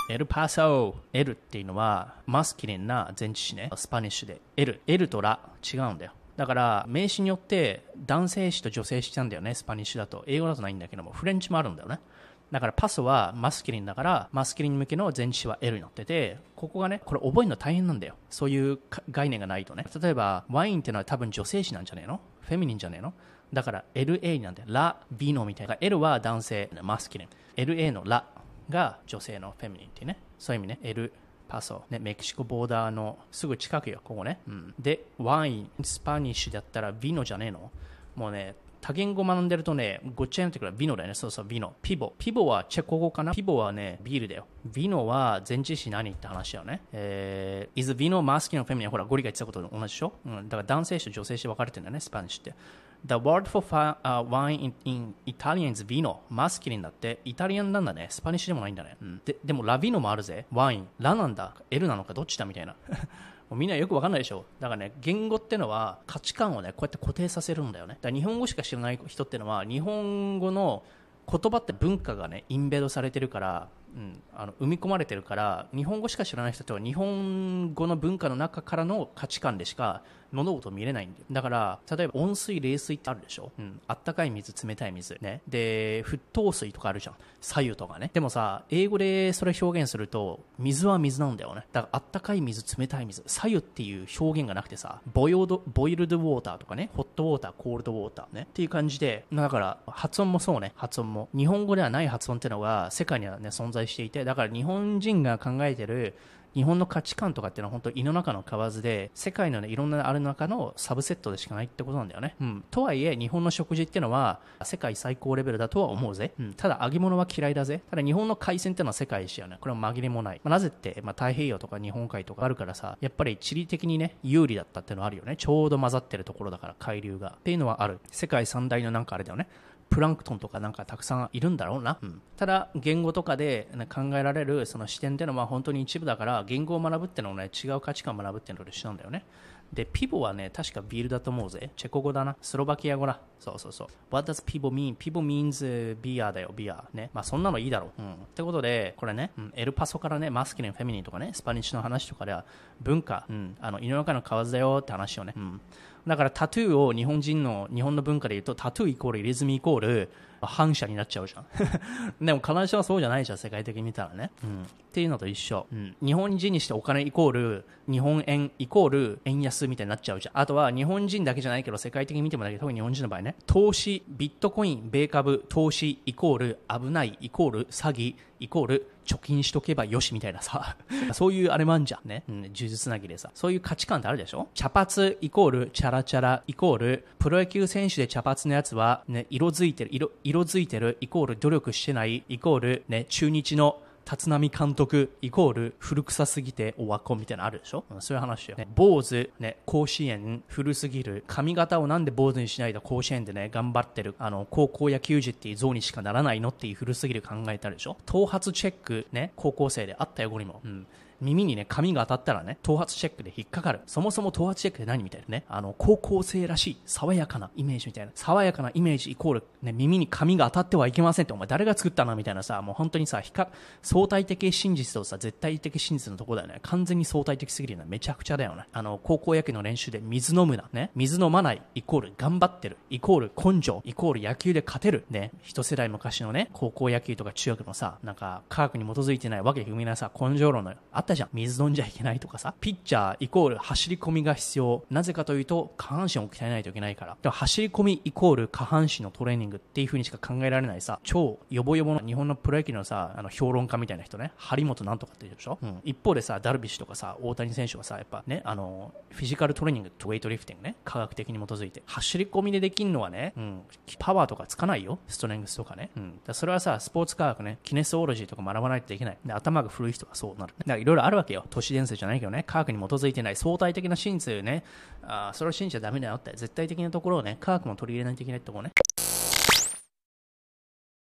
エルパソ。エルっていうのはマスキリンな前置詞ね。スパニッシュで。エルとラ違うんだよ。だから名詞によって男性詞と女性詞なんだよね。スパニッシュだと。英語だとないんだけども、フレンチもあるんだよね。だからパソはマスキリンだから、マスキリン向けの前置詞は L になってて、ここがね、これ覚えるの大変なんだよ。そういう概念がないとね。例えばワインっていうのは多分女性詞なんじゃねえの？フェミニンじゃねえの？だから LA なんだよ。ラ、ビノみたいな。L は男性、マスキリン。LA のラが女性のフェミニンっていうね。そういう意味ね。Lパソ、ね、メキシコボーダーのすぐ近くよ、ここね。で、ワイン、スパニッシュだったらビノじゃねえの？もうね、多言語学んでるとね、ごっちゃになってくる。ビノだよね。そうそう、ビノ。ピボはチェコ語かな？ピボはね、ビールだよ。ビノは前置詞何って話だよね。is vino masculine or feminine？ ほら、ゴリが言ってたことと同じでしょ？だから男性詞と女性詞分かれてるんだよね、スパニッシュって。The word for wine in Italian is vino。マスキリンだって、イタリアンなんだね。スパニッシュでもないんだね。でもラビノもあるぜ。ワイン。ラなんだ。L なのかどっちだみたいな。もうみんなよく分かんないでしょ。だからね、言語ってのは価値観をね、こうやって固定させるんだよね。だから日本語しか知らない人ってのは、日本語の言葉って文化がね、インベードされてるから、生み込まれてるから、日本語しか知らない人とは日本語の文化の中からの価値観でしか物事を見れないんだよ。だから例えば温水冷水ってあるでしょ、あったかい水冷たい水ね。で沸騰水とかあるじゃん、左右とかね。でもさ、英語でそれ表現すると水は水なんだよね。だからあったかい水冷たい水、左右っていう表現がなくてさ、ボイルドウォーターとかね、ホットウォーター、コールドウォーターねっていう感じで、だから発音もそうね、発音も日本語ではない発音っていうのが世界にはね存在していて、だから日本人が考えてる日本の価値観とかっていうのは本当胃の中の蛙で、世界の、ね、いろんなある中のサブセットでしかないってことなんだよね。とはいえ日本の食事っていうのは世界最高レベルだとは思うぜ。ただ揚げ物は嫌いだぜ。ただ日本の海鮮っていうのは世界一よね。これは紛れもない。なぜって、太平洋とか日本海とかあるからさ、やっぱり地理的にね有利だったっていうのはあるよね。ちょうど混ざってるところだから、海流がっていうのはある。世界三大のなんかあれだよね、プランクトンとかなんかたくさんいるんだろうな。ただ言語とかで、ね、考えられるその視点っていうのは本当に一部だから、言語を学ぶっていうのはね、違う価値観を学ぶっていうのと一緒なんだよね。でピボはね、確かビールだと思うぜ。チェコ語だな、スロバキア語だ。そうそうそう。 What does ピボ mean？ ピボ means ビアだよ、ビアね。そんなのいいだろう。ってことでこれね、エルパソからね、マスキリンフェミニンとかね、スパニッシュの話とかでは文化、胃の中の蛙だよって話をね、だからタトゥーを日本の文化で言うと、タトゥーイコール入れ墨イコール反射になっちゃうじゃんでも必ずしもそうじゃないじゃん、世界的に見たらね、っていうのと一緒、日本人にしてお金イコール日本円イコール円安みたいになっちゃうじゃん。あとは日本人だけじゃないけど世界的に見てもだけど、特に日本人の場合ね、投資、ビットコイン、米株投資イコール危ないイコール詐欺イコール貯金しとけばよしみたいなさそういうあれもあんじゃんね、呪術つなぎでさ、そういう価値観ってあるでしょ。茶髪イコールチャラチャライコールプロ野球選手で茶髪のやつは、ね、色づいてるイコール努力してないイコール、ね、中日の立浪監督イコール古臭すぎてオワコンみたいなのあるでしょ。そういう話よ、ね、坊主、ね、甲子園古すぎる、髪型をなんで坊主にしないと甲子園でね頑張ってる高校野球児っていう像にしかならないのっていう古すぎる考えたでしょ。頭髪チェックね、高校生であったよ、これも、耳にね髪が当たったらね頭髪チェックで引っかかる。そもそも頭髪チェックって何みたいなね、高校生らしい爽やかなイメージみたいな、爽やかなイメージイコール、ね、耳に髪が当たってはいけませんって、お前誰が作ったなみたいなさ、もう本当にさ相対的真実とさ絶対的真実のところだよね。完全に相対的すぎるよね。めちゃくちゃだよね。高校野球の練習で水飲むなね、水飲まないイコール頑張ってるイコール根性イコール野球で勝てるね。一世代昔のね高校野球とか中学のさ、なんか科学に基づいてないわけ不明なさ根性論のあったじゃん。水飲んじゃいけないとかさ、ピッチャーイコール走り込みが必要、なぜかというと下半身を鍛えないといけないから。でも走り込みイコール下半身のトレーニングっていう風にしか考えられないさ、超ヨボヨボの日本のプロ野球のさ評論家みたいな人ね、張本なんとかって言うでしょ、一方でさダルビッシュとかさ大谷選手はさ、やっぱねフィジカルトレーニングとウェイトリフティングね、科学的に基づいて走り込みでできるのはね、パワーとかつかないよ、ストレングスとかね、だそれはさスポーツ科学ね、キネスオロジーとか学ばないといけない。で頭が古い人はそうなる。だからいろいろあるわけよ。都市伝説じゃないけどね、科学に基づいてない相対的な真実ね、それを信じちゃダメだよって、絶対的なところをね科学も取り入れないといけないってところね。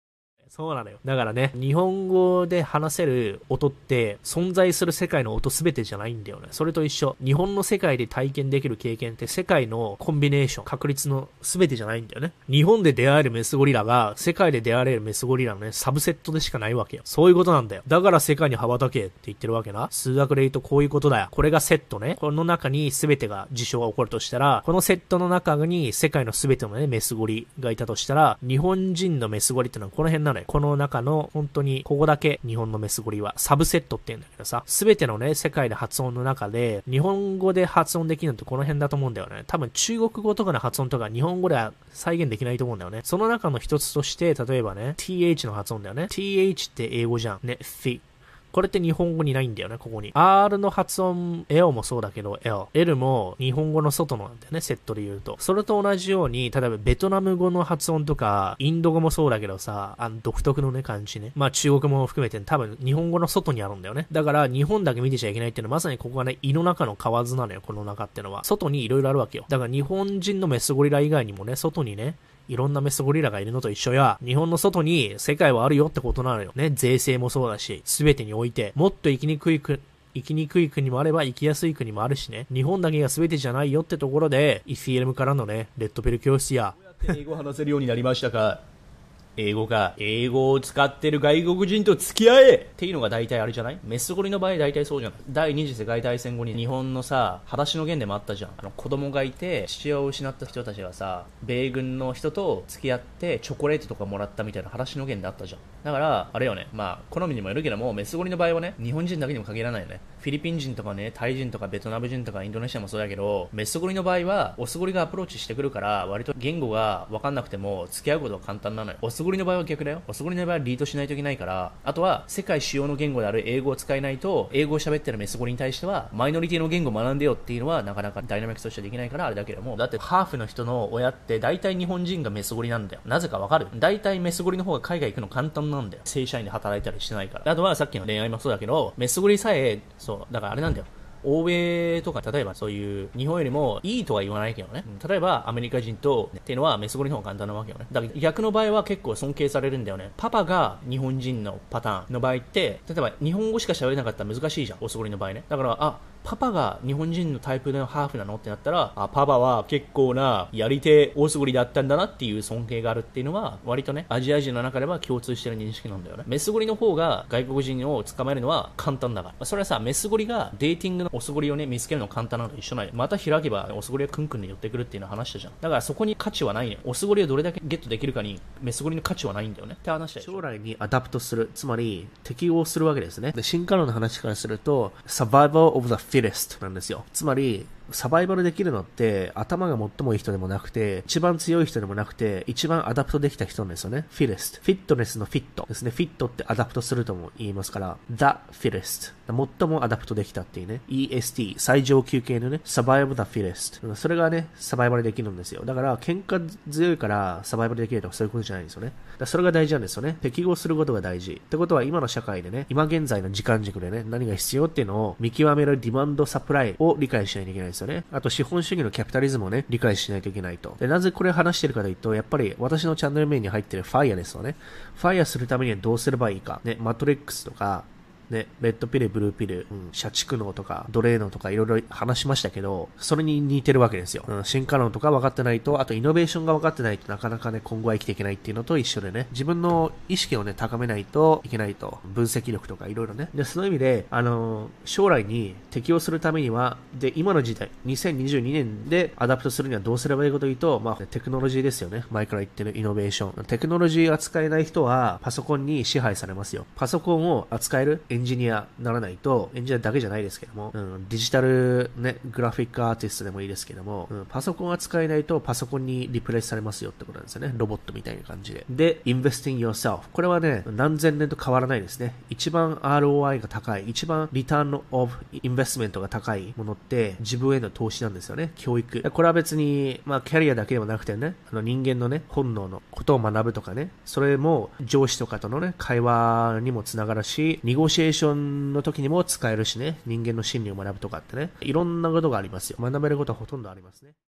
そうなのよ。だからね、日本語で話せる音って存在する世界の音すべてじゃないんだよね。それと一緒。日本の世界で体験できる経験って世界のコンビネーション、確率のすべてじゃないんだよね。日本で出会えるメスゴリラが世界で出会えるメスゴリラのね、サブセットでしかないわけよ。そういうことなんだよ。だから世界に羽ばたけって言ってるわけな。数学で言うとこういうことだよ。これがセットね。この中に全てが事象が起こるとしたら、このセットの中に世界の全てのね、メスゴリがいたとしたら、日本人のメスゴリってのはこの辺なのよ。この中の本当にここだけ日本のメスゴリはサブセットって言うんだけどさ、全てのね、世界で発音の中で日本語で発音できるのってこの辺だと思うんだよね。多分中国語とかの発音とか日本語では再現できないと思うんだよね。その中の一つとして、例えばね、th の発音だよね。th って英語じゃん。ね、fi。これって日本語にないんだよね、ここに。R の発音、L もそうだけど、L も日本語の外のなんだよね、セットで言うと。それと同じように、例えばベトナム語の発音とか、インド語もそうだけどさ、独特のね、感じね。まあ中国も含めて多分日本語の外にあるんだよね。だから日本だけ見てちゃいけないっていうのはまさにここがね、胃の中の蛙なのよ、この中ってのは。外に色々あるわけよ。だから日本人のメスゴリラ以外にもね、外にね、いろんなメスゴリラがいるのと一緒や、日本の外に世界はあるよってことなのよ。ね、税制もそうだし、すべてにおいて、もっと生きにくい国もあれば生きやすい国もあるしね、日本だけが全てじゃないよってところで、ECLM からのね、レッドペル教室や、 どうやって英語話せるようになりましたか？英語を使ってる外国人と付き合えっていうのが大体あれじゃない？メスゴリの場合大体そうじゃん。第二次世界大戦後に日本のさ、裸足の弦でもあったじゃん。子供がいて父親を失った人たちがさ、米軍の人と付き合ってチョコレートとかもらったみたいな裸足の弦であったじゃん。だからあれよね、まあ好みにもよるけども、メスゴリの場合はね、日本人だけにも限らないよね。フィリピン人とかね、タイ人とかベトナム人とかインドネシアもそうだけど、メスゴリの場合はオスゴリがアプローチしてくるから割と言語が分かんなくても付き合うことが簡単なのよ。オスゴリの場合は逆だよ。オスゴリの場合はリードしないといけないから、あとは世界主要の言語である英語を使えないと、英語を喋ってるメスゴリに対してはマイノリティの言語を学んでよっていうのはなかなかダイナミックスとしてできないからあれだけども、だってハーフの人の親って大体日本人がメスゴリなんだよ。なぜかわかる？大体メスゴリの方が海外行くの簡単なんだよ。正社員で働いたりしてないから。あとはさっきの恋愛もそうだけど、メスゴリさえ、そうだからあれなんだよ、欧米とか例えばそういう日本よりもいいとは言わないけどね、例えばアメリカ人とっていうのはメスゴリの方が簡単なわけよね。だから逆の場合は結構尊敬されるんだよね。パパが日本人のパターンの場合って、例えば日本語しか喋れなかったら難しいじゃん、オスゴリの場合ね。だからパパが日本人のタイプのハーフなのってなったら、パパは結構なやり手オスゴリだったんだなっていう尊敬があるっていうのは割とね、アジア人の中では共通してる認識なんだよね。メスゴリの方が外国人を捕まえるのは簡単だから、それはさ、メスゴリがデーティングのオスゴリをね見つけるの簡単なのと一緒ない。また開けばオスゴリはクンクンで寄ってくるっていうの話したじゃん。だからそこに価値はないね。オスゴリをどれだけゲットできるかにメスゴリの価値はないんだよねって話だよ。 将来にアダプトする、つまり適応するわけですね。で、進化論の話からすると、Survival of the Fittest なんですよ。つまりサバイバルできるのって頭が最もいい人でもなくて、一番強い人でもなくて、一番アダプトできた人なんですよね。フィレスト。フィットネスのフィットですね。フィットってアダプトするとも言いますから、The Fittest。最もアダプトできたっていうね。EST。最上級系のね。Survive the Fittest。それがね、サバイバルできるんですよ。だから、喧嘩強いからサバイバルできるとかそういうことじゃないんですよね。だからそれが大事なんですよね。適合することが大事。ってことは今の社会でね、今現在の時間軸でね、何が必要っていうのを見極めるディマンドサプライを理解しないといけないですよね。あと資本主義のキャピタリズムをね、理解しないといけないと。で、なぜこれを話してるかというと、やっぱり私のチャンネル名に入ってるファイアですよね。ファイアするためにはどうすればいいか。ね、マトリックスとか、ね、レッドピル、ブルーピル、社畜能とか、奴隷能とかいろいろ話しましたけど、それに似てるわけですよ。進化論とか分かってないと、あとイノベーションが分かってないとなかなかね、今後は生きていけないっていうのと一緒でね、自分の意識をね、高めないといけないと。分析力とかいろいろね。で、その意味で、将来に適応するためには、で、今の時代、2022年でアダプトするにはどうすればいいかというと、まあ、テクノロジーですよね。前から言ってるイノベーション。テクノロジー扱えない人は、パソコンに支配されますよ。パソコンを扱えるエンジニアならないと、エンジニアだけじゃないですけども、デジタルね、グラフィックアーティストでもいいですけども、パソコンを扱えないとパソコンにリプレイスされますよってことなんですよね。ロボットみたいな感じで。で、invest in yourself。これはね、何千年と変わらないですね。一番 ROI が高い、一番リターンオブインベストメントが高いものって自分への投資なんですよね。教育。これは別に、まあ、キャリアだけではなくてね、人間のね、本能のことを学ぶとかね、それも上司とかとのね、会話にもつながるし、ネゴシエーションの時にも使えるしね、人間の心理を学ぶとかってね、いろんなことがありますよ。学べることはほとんどありますね。